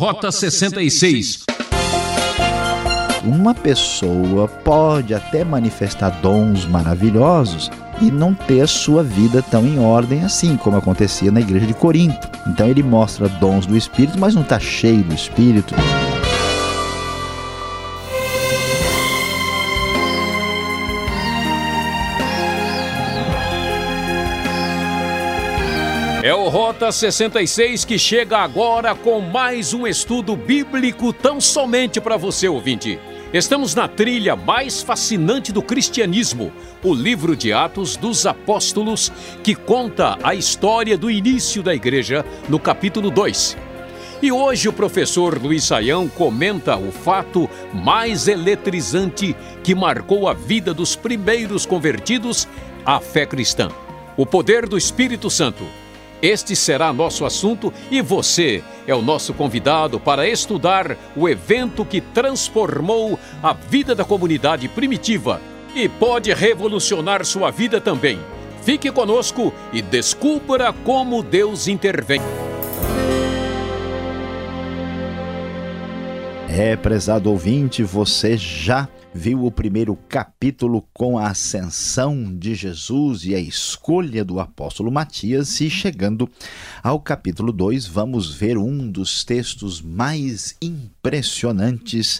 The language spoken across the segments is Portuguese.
Rota 66. Uma pessoa pode até manifestar dons maravilhosos e não ter a sua vida tão em ordem assim, como acontecia na igreja de Corinto. Então ele mostra dons do Espírito, mas não está cheio do Espírito. É o Rota 66 que chega agora com mais um estudo bíblico tão somente para você, ouvinte. Estamos na trilha mais fascinante do cristianismo, o livro de Atos dos Apóstolos, que conta a história do início da igreja no capítulo 2. E hoje o professor Luiz Saião comenta o fato mais eletrizante que marcou a vida dos primeiros convertidos à fé cristã: o poder do Espírito Santo. Este será nosso assunto e você é o nosso convidado para estudar o evento que transformou a vida da comunidade primitiva e pode revolucionar sua vida também. Fique conosco e descubra como Deus intervém. Prezado ouvinte, você já viu o primeiro capítulo com a ascensão de Jesus e a escolha do apóstolo Matias, e chegando ao capítulo 2, vamos ver um dos textos mais impressionantes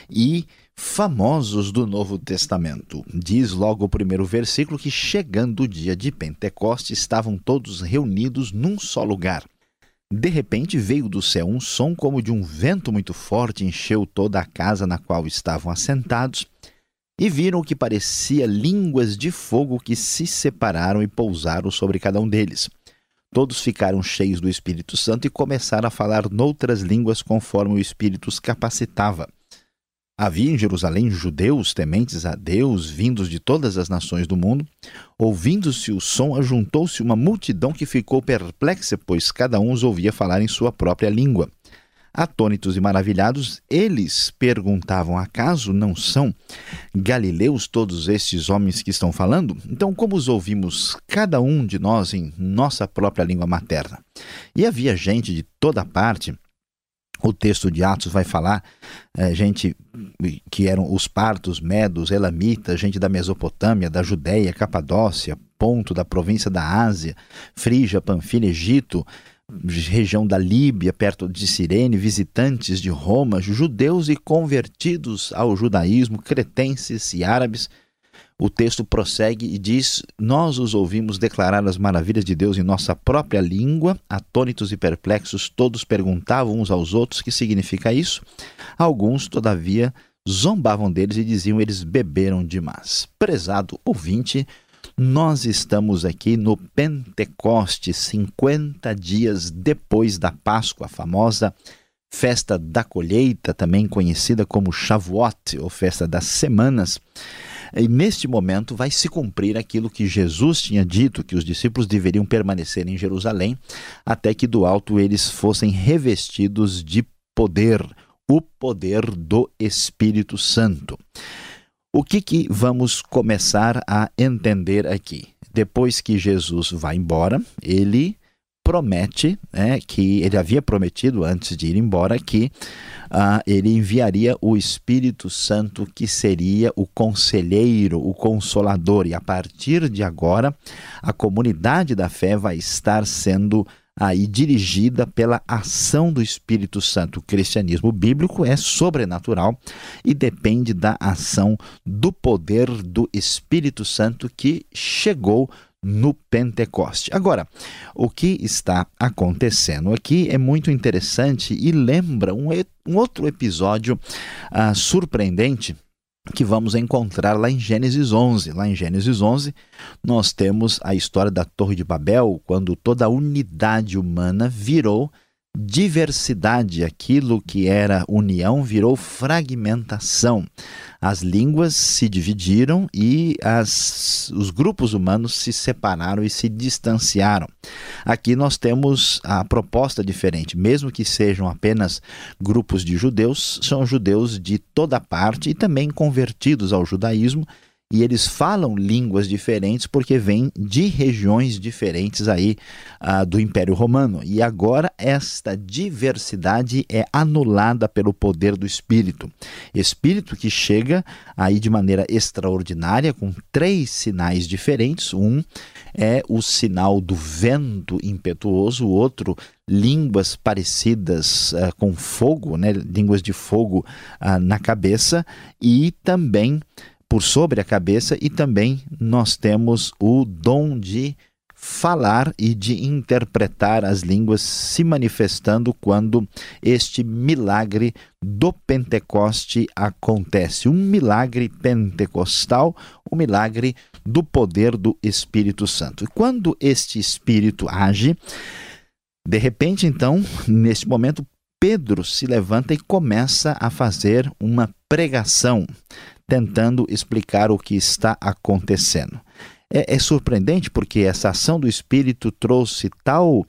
e famosos do Novo Testamento. Diz logo o primeiro versículo que, chegando o dia de Pentecostes, estavam todos reunidos num só lugar. De repente veio do céu um som como de um vento muito forte, encheu toda a casa na qual estavam assentados, e viram o que parecia línguas de fogo que se separaram e pousaram sobre cada um deles. Todos ficaram cheios do Espírito Santo e começaram a falar noutras línguas conforme o Espírito os capacitava. Havia em Jerusalém judeus tementes a Deus, vindos de todas as nações do mundo. Ouvindo-se o som, ajuntou-se uma multidão que ficou perplexa, pois cada um os ouvia falar em sua própria língua. Atônitos e maravilhados, eles perguntavam: acaso não são galileus todos estes homens que estão falando? Então, como os ouvimos cada um de nós em nossa própria língua materna? E havia gente de toda parte. O texto de Atos vai falar gente que eram os partos, medos, elamitas, gente da Mesopotâmia, da Judéia, Capadócia, Ponto, da província da Ásia, Frígia, Panfilha, Egito, região da Líbia, perto de Cirene, visitantes de Roma, judeus e convertidos ao judaísmo, cretenses e árabes. O texto prossegue e diz: nós os ouvimos declarar as maravilhas de Deus em nossa própria língua. Atônitos e perplexos, todos perguntavam uns aos outros: que significa isso? Alguns, todavia, zombavam deles e diziam: eles beberam demais. Prezado ouvinte, nós estamos aqui no Pentecostes, 50 dias depois da Páscoa, a famosa festa da colheita, também conhecida como Shavuot, ou festa das semanas. E neste momento vai se cumprir aquilo que Jesus tinha dito, que os discípulos deveriam permanecer em Jerusalém até que do alto eles fossem revestidos de poder, o poder do Espírito Santo. O que vamos começar a entender aqui? Depois que Jesus vai embora, ele promete, que ele havia prometido antes de ir embora, que ele enviaria o Espírito Santo, que seria o conselheiro, o consolador. E a partir de agora, a comunidade da fé vai estar sendo aí dirigida pela ação do Espírito Santo. O cristianismo bíblico é sobrenatural e depende da ação do poder do Espírito Santo que chegou no Pentecoste. Agora, o que está acontecendo aqui é muito interessante e lembra um outro episódio surpreendente que vamos encontrar lá em Gênesis 11. Lá em Gênesis 11, nós temos a história da Torre de Babel, quando toda a unidade humana virou diversidade. Aquilo que era união virou fragmentação. As línguas se dividiram e os grupos humanos se separaram e se distanciaram. Aqui nós temos a proposta diferente. Mesmo que sejam apenas grupos de judeus, são judeus de toda parte e também convertidos ao judaísmo, e eles falam línguas diferentes porque vêm de regiões diferentes aí do Império Romano. E agora esta diversidade é anulada pelo poder do Espírito. Espírito que chega aí de maneira extraordinária com 3 sinais diferentes. Um é o sinal do vento impetuoso, o outro línguas parecidas com fogo, né? Línguas de fogo na cabeça e também por sobre a cabeça, e também nós temos o dom de falar e de interpretar as línguas se manifestando quando este milagre do Pentecoste acontece. Um milagre pentecostal, um milagre do poder do Espírito Santo. E quando este Espírito age, de repente, então, neste momento, Pedro se levanta e começa a fazer uma pregação, tentando explicar o que está acontecendo. É surpreendente porque essa ação do Espírito trouxe tal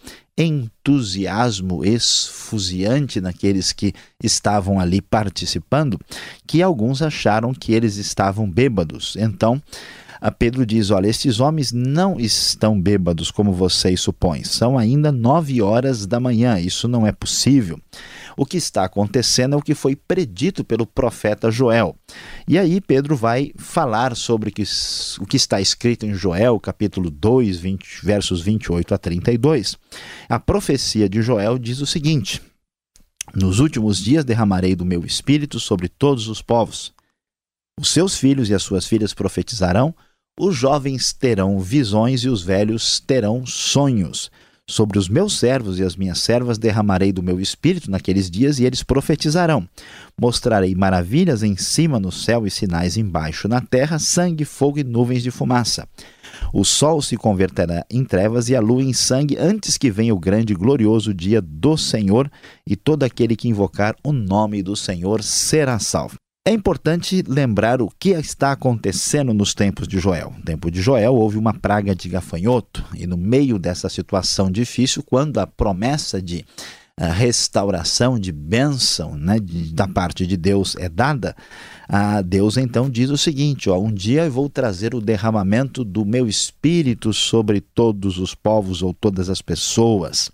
entusiasmo esfuziante naqueles que estavam ali participando, que alguns acharam que eles estavam bêbados. Então, Pedro diz, olha, estes homens não estão bêbados como vocês supõem, são ainda 9 horas da manhã, isso não é possível. O que está acontecendo é o que foi predito pelo profeta Joel. E aí Pedro vai falar sobre o que está escrito em Joel, capítulo 2, versos 28 a 32. A profecia de Joel diz o seguinte: nos últimos dias derramarei do meu espírito sobre todos os povos. Os seus filhos e as suas filhas profetizarão, os jovens terão visões e os velhos terão sonhos. Sobre os meus servos e as minhas servas derramarei do meu espírito naqueles dias e eles profetizarão. Mostrarei maravilhas em cima no céu e sinais embaixo na terra, sangue, fogo e nuvens de fumaça. O sol se converterá em trevas e a lua em sangue antes que venha o grande e glorioso dia do Senhor, e todo aquele que invocar o nome do Senhor será salvo. É importante lembrar o que está acontecendo nos tempos de Joel. No tempo de Joel houve uma praga de gafanhoto, e no meio dessa situação difícil, quando a promessa de restauração, de bênção, né, da parte de Deus é dada, Deus então diz o seguinte: um dia eu vou trazer o derramamento do meu espírito sobre todos os povos ou todas as pessoas.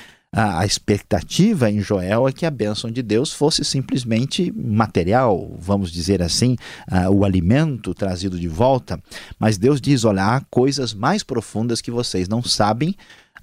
A expectativa em Joel é que a bênção de Deus fosse simplesmente material, vamos dizer assim, o alimento trazido de volta. Mas Deus diz, olha, há coisas mais profundas que vocês não sabem.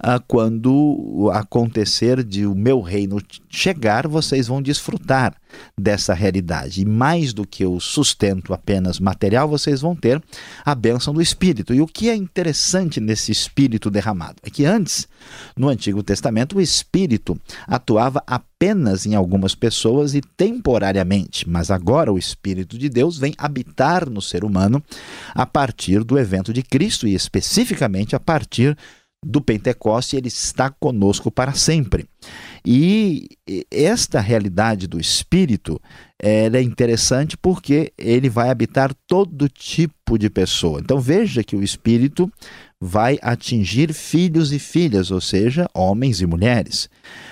Quando acontecer de o meu reino chegar, vocês vão desfrutar dessa realidade. E mais do que o sustento apenas material, vocês vão ter a bênção do Espírito. E o que é interessante nesse Espírito derramado é que antes, no Antigo Testamento, o Espírito atuava apenas em algumas pessoas e temporariamente. Mas agora o Espírito de Deus vem habitar no ser humano a partir do evento de Cristo e especificamente a partir do Pentecoste. Ele está conosco para sempre. E esta realidade do Espírito é interessante porque ele vai habitar todo tipo de pessoa. Então veja que o Espírito vai atingir filhos e filhas, ou seja, homens e mulheres.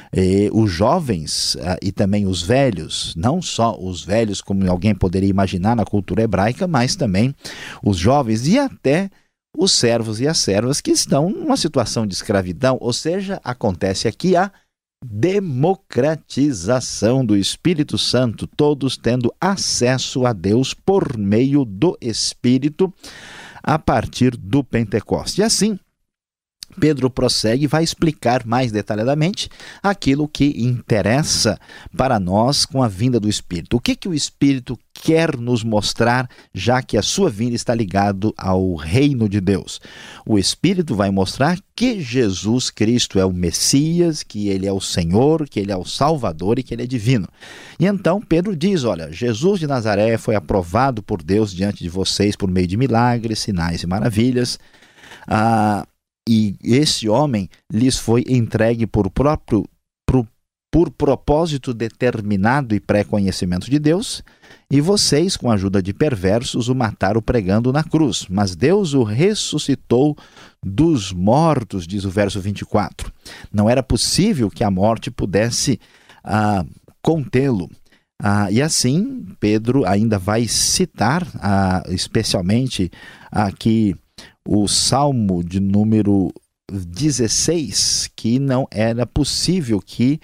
Os jovens e também os velhos, não só os velhos como alguém poderia imaginar na cultura hebraica, mas também os jovens e até os servos e as servas que estão numa situação de escravidão, ou seja, acontece aqui a democratização do Espírito Santo, todos tendo acesso a Deus por meio do Espírito a partir do Pentecoste. E assim, Pedro prossegue e vai explicar mais detalhadamente aquilo que interessa para nós com a vinda do Espírito. O que o Espírito quer nos mostrar, já que a sua vinda está ligado ao reino de Deus? O Espírito vai mostrar que Jesus Cristo é o Messias, que ele é o Senhor, que ele é o Salvador e que ele é divino. E então Pedro diz, olha, Jesus de Nazaré foi aprovado por Deus diante de vocês por meio de milagres, sinais e maravilhas. E esse homem lhes foi entregue por propósito determinado e pré-conhecimento de Deus, e vocês, com a ajuda de perversos, o mataram pregando na cruz. Mas Deus o ressuscitou dos mortos, diz o verso 24. Não era possível que a morte pudesse contê-lo. E assim, Pedro ainda vai citar, especialmente aqui, o Salmo de número 16, que não era possível que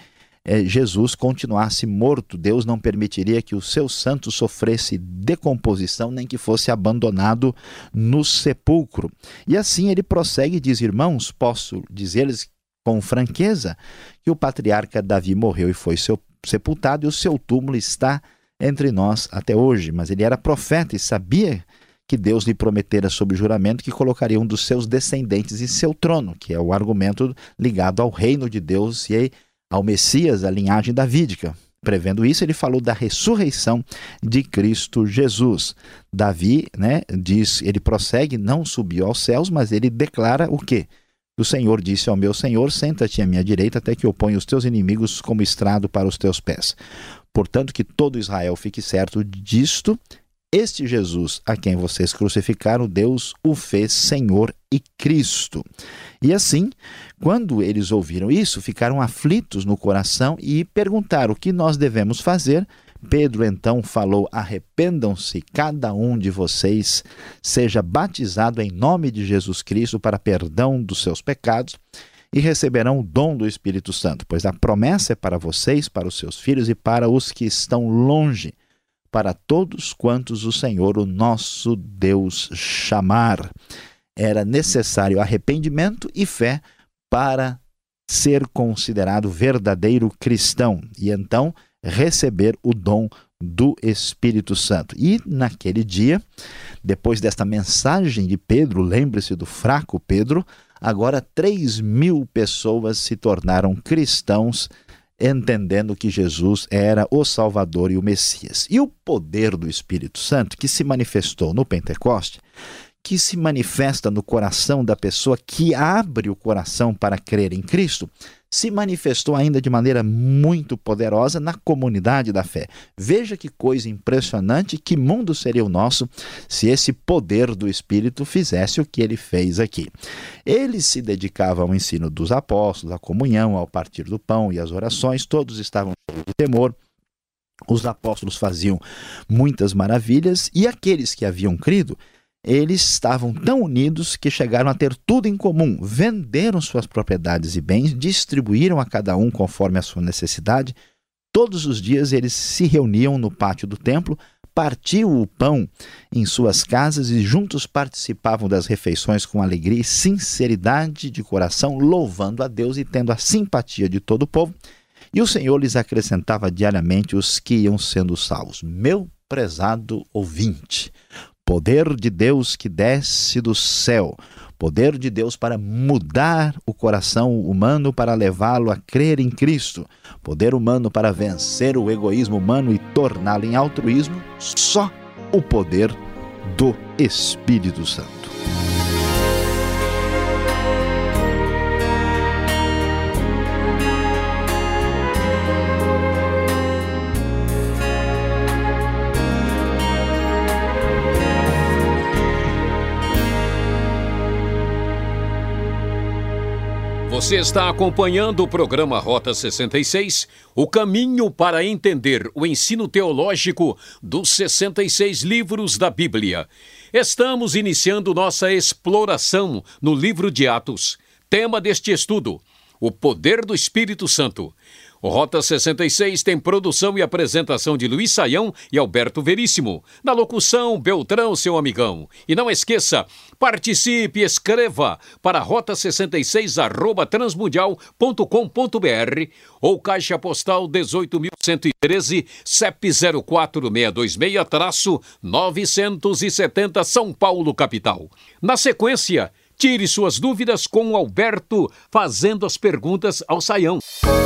Jesus continuasse morto. Deus não permitiria que o seu santo sofresse decomposição, nem que fosse abandonado no sepulcro. E assim ele prossegue e diz: irmãos, posso dizer-lhes com franqueza que o patriarca Davi morreu e foi sepultado, e o seu túmulo está entre nós até hoje. Mas ele era profeta e sabia que Deus lhe prometera sob juramento que colocaria um dos seus descendentes em seu trono, que é o argumento ligado ao reino de Deus e ao Messias, a linhagem davídica. Prevendo isso, ele falou da ressurreição de Cristo Jesus. Davi, diz, ele prossegue, não subiu aos céus, mas ele declara o quê? O Senhor disse ao meu Senhor: senta-te à minha direita até que eu ponha os teus inimigos como estrado para os teus pés. Portanto, que todo Israel fique certo disto: este Jesus a quem vocês crucificaram, Deus o fez Senhor e Cristo. E assim, quando eles ouviram isso, ficaram aflitos no coração e perguntaram: o que nós devemos fazer? Pedro então falou: arrependam-se, cada um de vocês seja batizado em nome de Jesus Cristo para perdão dos seus pecados e receberão o dom do Espírito Santo, pois a promessa é para vocês, para os seus filhos e para os que estão longe, para todos quantos o Senhor, o nosso Deus, chamar. Era necessário arrependimento e fé para ser considerado verdadeiro cristão e então receber o dom do Espírito Santo. E naquele dia, depois desta mensagem de Pedro, lembre-se do fraco Pedro, agora 3.000 pessoas se tornaram cristãos, entendendo que Jesus era o Salvador e o Messias. E o poder do Espírito Santo, que se manifestou no Pentecoste, que se manifesta no coração da pessoa que abre o coração para crer em Cristo, se manifestou ainda de maneira muito poderosa na comunidade da fé. Veja que coisa impressionante, que mundo seria o nosso se esse poder do Espírito fizesse o que ele fez aqui. Ele se dedicava ao ensino dos apóstolos, à comunhão, ao partir do pão e às orações. Todos estavam cheios de temor. Os apóstolos faziam muitas maravilhas e aqueles que haviam crido, eles estavam tão unidos que chegaram a ter tudo em comum. Venderam suas propriedades e bens, distribuíram a cada um conforme a sua necessidade. Todos os dias eles se reuniam no pátio do templo, partiam o pão em suas casas e juntos participavam das refeições com alegria e sinceridade de coração, louvando a Deus e tendo a simpatia de todo o povo. E o Senhor lhes acrescentava diariamente os que iam sendo salvos. Meu prezado ouvinte, poder de Deus que desce do céu, poder de Deus para mudar o coração humano, para levá-lo a crer em Cristo, poder humano para vencer o egoísmo humano e torná-lo em altruísmo, só o poder do Espírito Santo. Você está acompanhando o programa Rota 66, o caminho para entender o ensino teológico dos 66 livros da Bíblia. Estamos iniciando nossa exploração no livro de Atos. Tema deste estudo: o poder do Espírito Santo. O Rota 66 tem produção e apresentação de Luiz Saião e Alberto Veríssimo. Na locução, Beltrão, seu amigão. E não esqueça, participe, escreva para rota66@transmundial.com.br ou Caixa Postal 18.113, CEP 04626-970 São Paulo, capital. Na sequência, tire suas dúvidas com o Alberto fazendo as perguntas ao Saião.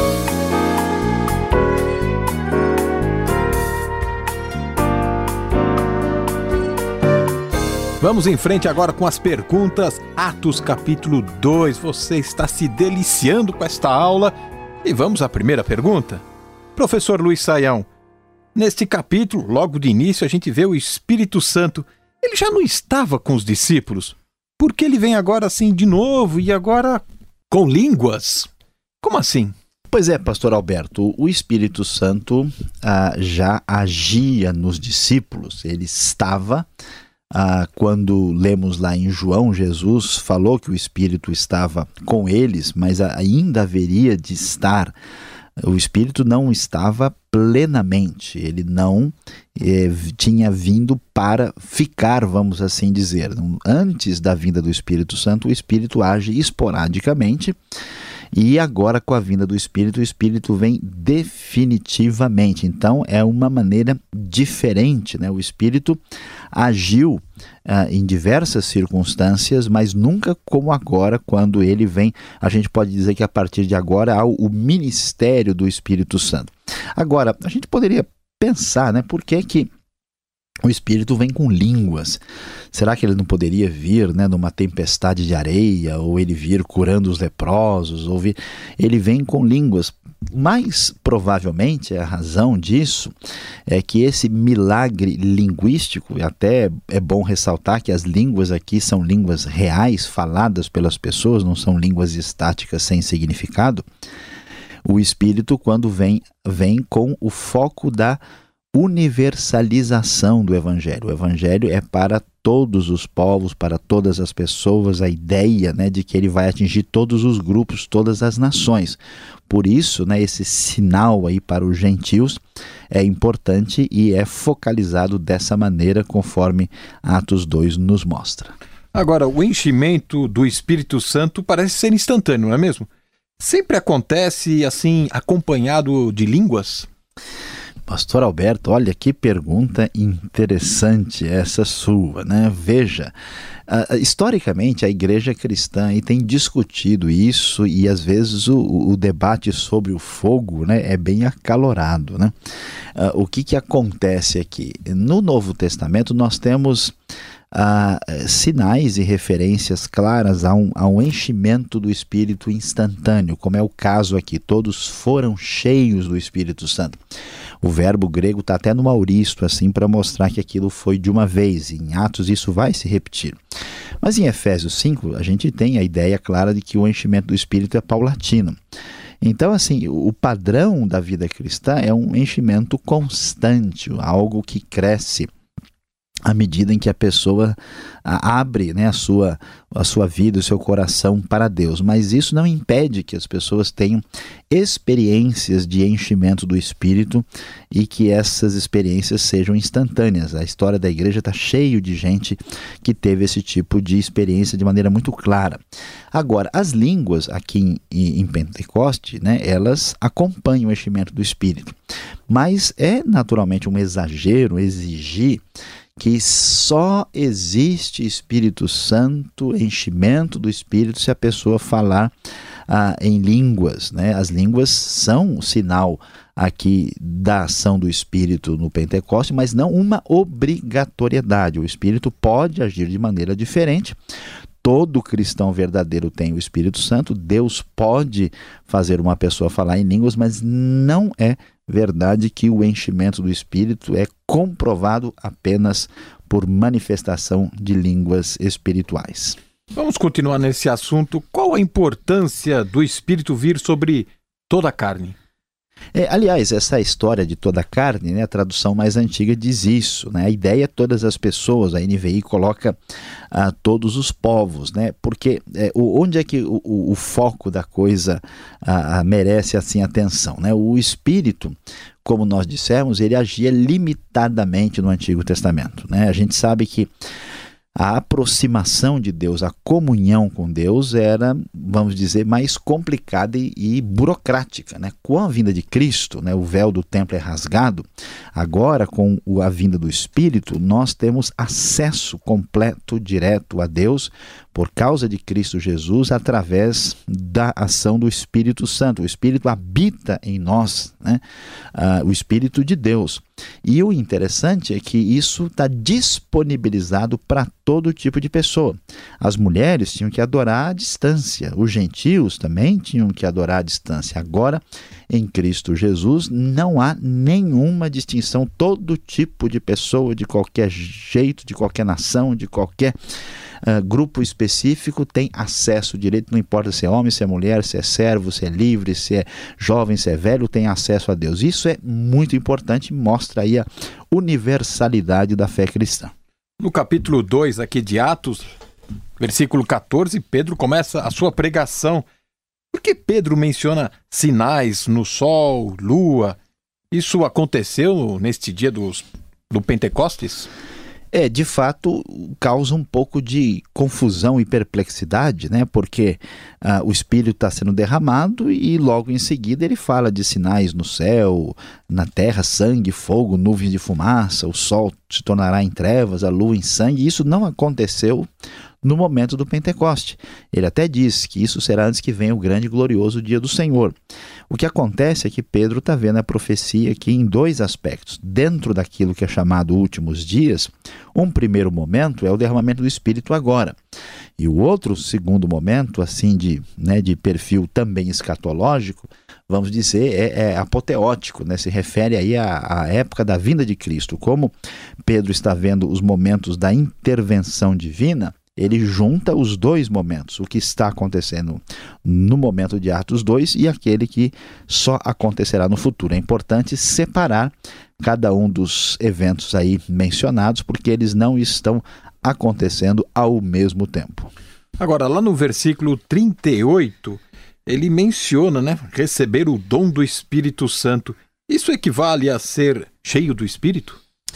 Vamos em frente agora com as perguntas. Atos capítulo 2. Você está se deliciando com esta aula? E vamos à primeira pergunta. Professor Luiz Saião, neste capítulo, logo de início, a gente vê o Espírito Santo. Ele já não estava com os discípulos? Por que ele vem agora assim de novo e agora com línguas? Como assim? Pois é, pastor Alberto, o Espírito Santo já agia nos discípulos. Ele estava, quando lemos lá em João, Jesus falou que o Espírito estava com eles, mas ainda haveria de estar. O Espírito não estava plenamente, ele não tinha vindo para ficar, vamos assim dizer. Antes da vinda do Espírito Santo, o Espírito age esporadicamente, e agora, com a vinda do Espírito, o Espírito vem definitivamente. Então, é uma maneira diferente, né? O Espírito agiu em diversas circunstâncias, mas nunca como agora, quando ele vem. A gente pode dizer que a partir de agora há o ministério do Espírito Santo. Agora, a gente poderia pensar, né? Por que o Espírito vem com línguas? Será que ele não poderia vir, né, numa tempestade de areia, ou ele vir curando os leprosos, ou ele vem com línguas? Mais provavelmente a razão disso é que esse milagre linguístico, e até é bom ressaltar que as línguas aqui são línguas reais, faladas pelas pessoas, não são línguas estáticas sem significado. O Espírito, quando vem com o foco da universalização do Evangelho. O Evangelho é para todos os povos, para todas as pessoas, a ideia, né, de que ele vai atingir todos os grupos, todas as nações. Por isso, né, esse sinal aí para os gentios é importante e é focalizado dessa maneira, conforme Atos 2 nos mostra. Agora, o enchimento do Espírito Santo parece ser instantâneo, não é mesmo? Sempre acontece assim, acompanhado de línguas? Pastor Alberto, olha que pergunta interessante essa sua, né? Veja, historicamente a igreja cristã tem discutido isso, e às vezes o debate sobre o fogo, né, é bem acalorado, né? O que acontece aqui? No Novo Testamento nós temos sinais e referências claras a um enchimento do Espírito instantâneo, como é o caso aqui. Todos foram cheios do Espírito Santo. O verbo grego está até no auristo, assim, para mostrar que aquilo foi de uma vez. Em Atos isso vai se repetir. Mas em Efésios 5 a gente tem a ideia clara de que o enchimento do Espírito é paulatino. Então, assim, o padrão da vida cristã é um enchimento constante, algo que cresce à medida em que a pessoa abre, né, a sua vida, o seu coração para Deus. Mas isso não impede que as pessoas tenham experiências de enchimento do Espírito e que essas experiências sejam instantâneas. A história da igreja está cheio de gente que teve esse tipo de experiência de maneira muito clara. Agora, as línguas aqui em Pentecoste, né, elas acompanham o enchimento do Espírito. Mas é naturalmente um exagero exigir que só existe Espírito Santo, enchimento do Espírito, se a pessoa falar em línguas, né? As línguas são sinal aqui da ação do Espírito no Pentecoste, mas não uma obrigatoriedade. O Espírito pode agir de maneira diferente. Todo cristão verdadeiro tem o Espírito Santo. Deus pode fazer uma pessoa falar em línguas, mas não é verdade que o enchimento do Espírito é comprovado apenas por manifestação de línguas espirituais. Vamos continuar nesse assunto. Qual a importância do Espírito vir sobre toda a carne? Aliás, essa história de toda a carne, né, a tradução mais antiga diz isso, né? A ideia é todas as pessoas. A NVI coloca todos os povos, né? Porque onde é que o foco da coisa merece assim atenção, né? O Espírito, como nós dissemos, ele agia limitadamente no Antigo Testamento, né? A gente sabe que a aproximação de Deus, a comunhão com Deus era, vamos dizer, mais complicada e burocrática, né? Com a vinda de Cristo, né, o véu do templo é rasgado. Agora, com a vinda do Espírito, nós temos acesso completo, direto a Deus, por causa de Cristo Jesus, através da ação do Espírito Santo. O Espírito habita em nós, né? O Espírito de Deus. E o interessante é que isso está disponibilizado para todo tipo de pessoa. As mulheres tinham que adorar à distância, os gentios também tinham que adorar à distância. Agora, em Cristo Jesus, não há nenhuma distinção. Todo tipo de pessoa, de qualquer jeito, de qualquer nação, de qualquer grupo específico tem acesso direito, não importa se é homem, se é mulher, se é servo, se é livre, se é jovem, se é velho, tem acesso a Deus. Isso é muito importante, mostra aí a universalidade da fé cristã. No capítulo 2 aqui de Atos, versículo 14, Pedro começa a sua pregação. Por que Pedro menciona sinais no sol, lua? Isso aconteceu neste dia do Pentecostes? De fato, causa um pouco de confusão e perplexidade, né? Porque o Espírito está sendo derramado e logo em seguida ele fala de sinais no céu, na terra, sangue, fogo, nuvens de fumaça, o sol se tornará em trevas, a lua em sangue. Isso não aconteceu no momento do Pentecoste. Ele até diz que isso será antes que venha o grande e glorioso dia do Senhor. O que acontece é que Pedro está vendo a profecia aqui em dois aspectos. Dentro daquilo que é chamado últimos dias, um primeiro momento é o derramamento do Espírito agora. E o outro, segundo momento, assim de perfil também escatológico, vamos dizer, é apoteótico, né? Se refere aí à época da vinda de Cristo. Como Pedro está vendo os momentos da intervenção divina, ele junta os dois momentos, o que está acontecendo no momento de Atos 2 e aquele que só acontecerá no futuro. É importante separar cada um dos eventos aí mencionados, porque eles não estão acontecendo ao mesmo tempo. Agora, lá no versículo 38, ele menciona, receber o dom do Espírito Santo. Isso equivale a ser cheio do Espírito?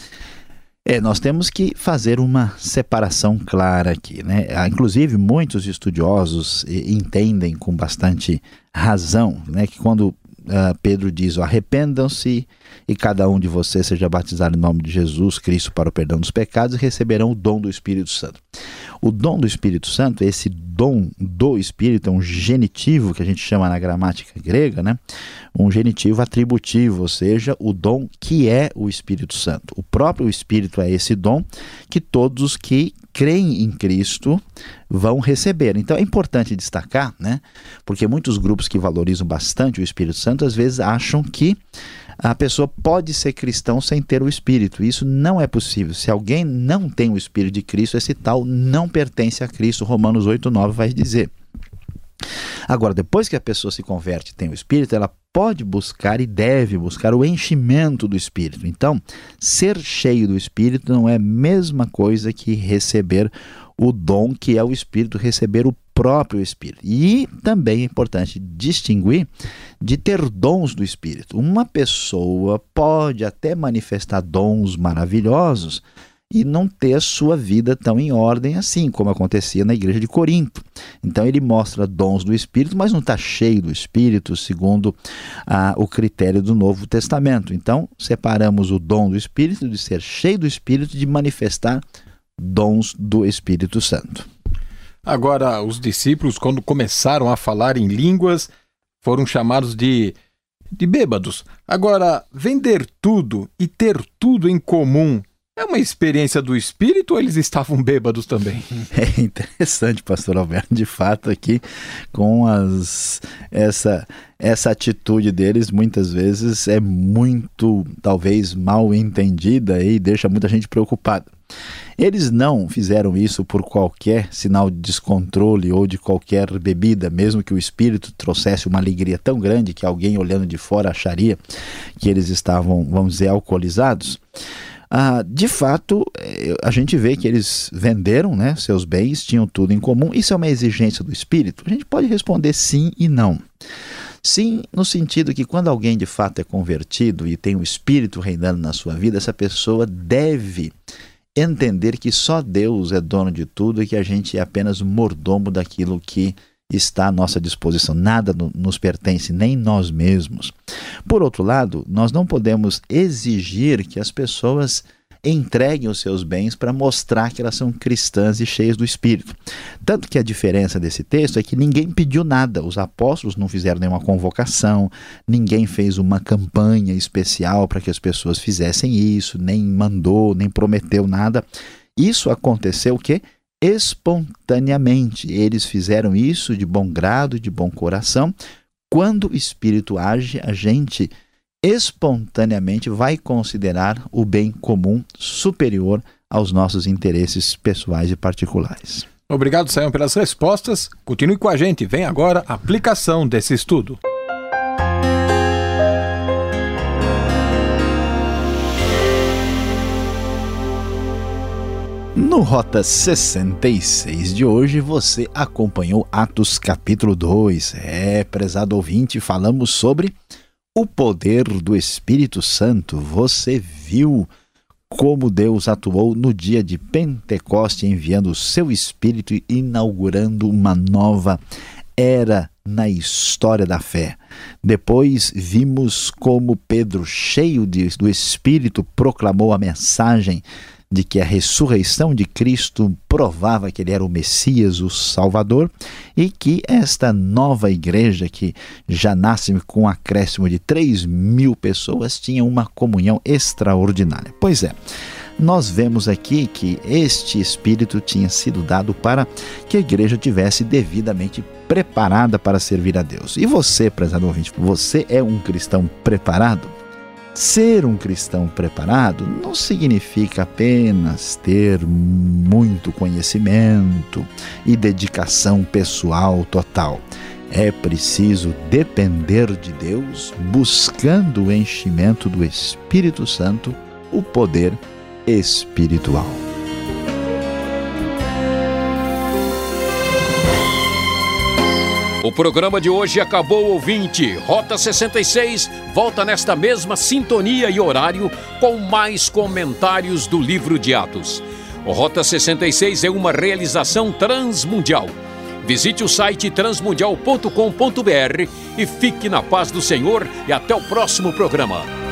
Nós temos que fazer uma separação clara aqui, né? Inclusive, muitos estudiosos entendem com bastante razão, né, que quando Pedro diz, arrependam-se e cada um de vocês seja batizado em nome de Jesus Cristo para o perdão dos pecados e receberão o dom do Espírito Santo. O dom do Espírito Santo, esse dom do Espírito, é um genitivo que a gente chama na gramática grega, né? Um genitivo atributivo, ou seja, o dom que é o Espírito Santo. O próprio Espírito é esse dom que todos os que creem em Cristo vão receber. Então é importante destacar, né? Porque muitos grupos que valorizam bastante o Espírito Santo às vezes acham que a pessoa pode ser cristão sem ter o Espírito. Isso não é possível. Se alguém não tem o Espírito de Cristo, esse tal não pertence a Cristo. Romanos 8:9 vai dizer. Agora, depois que a pessoa se converte e tem o Espírito, ela pode buscar e deve buscar o enchimento do Espírito. Então, ser cheio do Espírito não é a mesma coisa que receber o dom que é o Espírito, receber o próprio Espírito. E também é importante distinguir de ter dons do Espírito. Uma pessoa pode até manifestar dons maravilhosos e não ter a sua vida tão em ordem assim, como acontecia na igreja de Corinto. Então ele mostra dons do Espírito, mas não está cheio do Espírito, segundo o critério do Novo Testamento. Então separamos o dom do Espírito de ser cheio do Espírito, de manifestar dons do Espírito Santo. Agora, os discípulos, quando começaram a falar em línguas, foram chamados de bêbados. Agora, vender tudo e ter tudo em comum é uma experiência do Espírito ou eles estavam bêbados também? É interessante, pastor Alberto, de fato aqui com essa atitude deles muitas vezes é muito, talvez, mal entendida e deixa muita gente preocupada. Eles não fizeram isso por qualquer sinal de descontrole ou de qualquer bebida, mesmo que o Espírito trouxesse uma alegria tão grande que alguém olhando de fora acharia que eles estavam, vamos dizer, alcoolizados. De fato, a gente vê que eles venderam, né, seus bens, tinham tudo em comum. Isso é uma exigência do Espírito? A gente pode responder sim e não. Sim, no sentido que quando alguém de fato é convertido e tem o Espírito reinando na sua vida, essa pessoa deve entender que só Deus é dono de tudo e que a gente é apenas mordomo daquilo que está à nossa disposição. Nada nos pertence, nem nós mesmos. Por outro lado, nós não podemos exigir que as pessoas entreguem os seus bens para mostrar que elas são cristãs e cheias do Espírito. Tanto que a diferença desse texto é que ninguém pediu nada. Os apóstolos não fizeram nenhuma convocação, ninguém fez uma campanha especial para que as pessoas fizessem isso, nem mandou, nem prometeu nada. Isso aconteceu o quê? Espontaneamente. Eles fizeram isso de bom grado, de bom coração. Quando o Espírito age, a gente espontaneamente vai considerar o bem comum superior aos nossos interesses pessoais e particulares. Obrigado, Sayão, pelas respostas. Continue com a gente. Vem agora a aplicação desse estudo. No Rota 66 de hoje, você acompanhou Atos capítulo 2. Prezado ouvinte, falamos sobre o poder do Espírito Santo. Você viu como Deus atuou no dia de Pentecoste, enviando o seu Espírito e inaugurando uma nova era na história da fé. Depois vimos como Pedro, cheio do Espírito, proclamou a mensagem de que a ressurreição de Cristo provava que ele era o Messias, o Salvador, e que esta nova igreja, que já nasce com um acréscimo de 3.000 pessoas, tinha uma comunhão extraordinária. Pois é, nós vemos aqui que este Espírito tinha sido dado para que a igreja tivesse devidamente preparada para servir a Deus. E você, prezado ouvinte, você é um cristão preparado? Ser um cristão preparado não significa apenas ter muito conhecimento e dedicação pessoal total. É preciso depender de Deus, buscando o enchimento do Espírito Santo, o poder espiritual. O programa de hoje acabou, ouvinte. Rota 66 volta nesta mesma sintonia e horário com mais comentários do livro de Atos. O Rota 66 é uma realização transmundial. Visite o site transmundial.com.br e fique na paz do Senhor e até o próximo programa.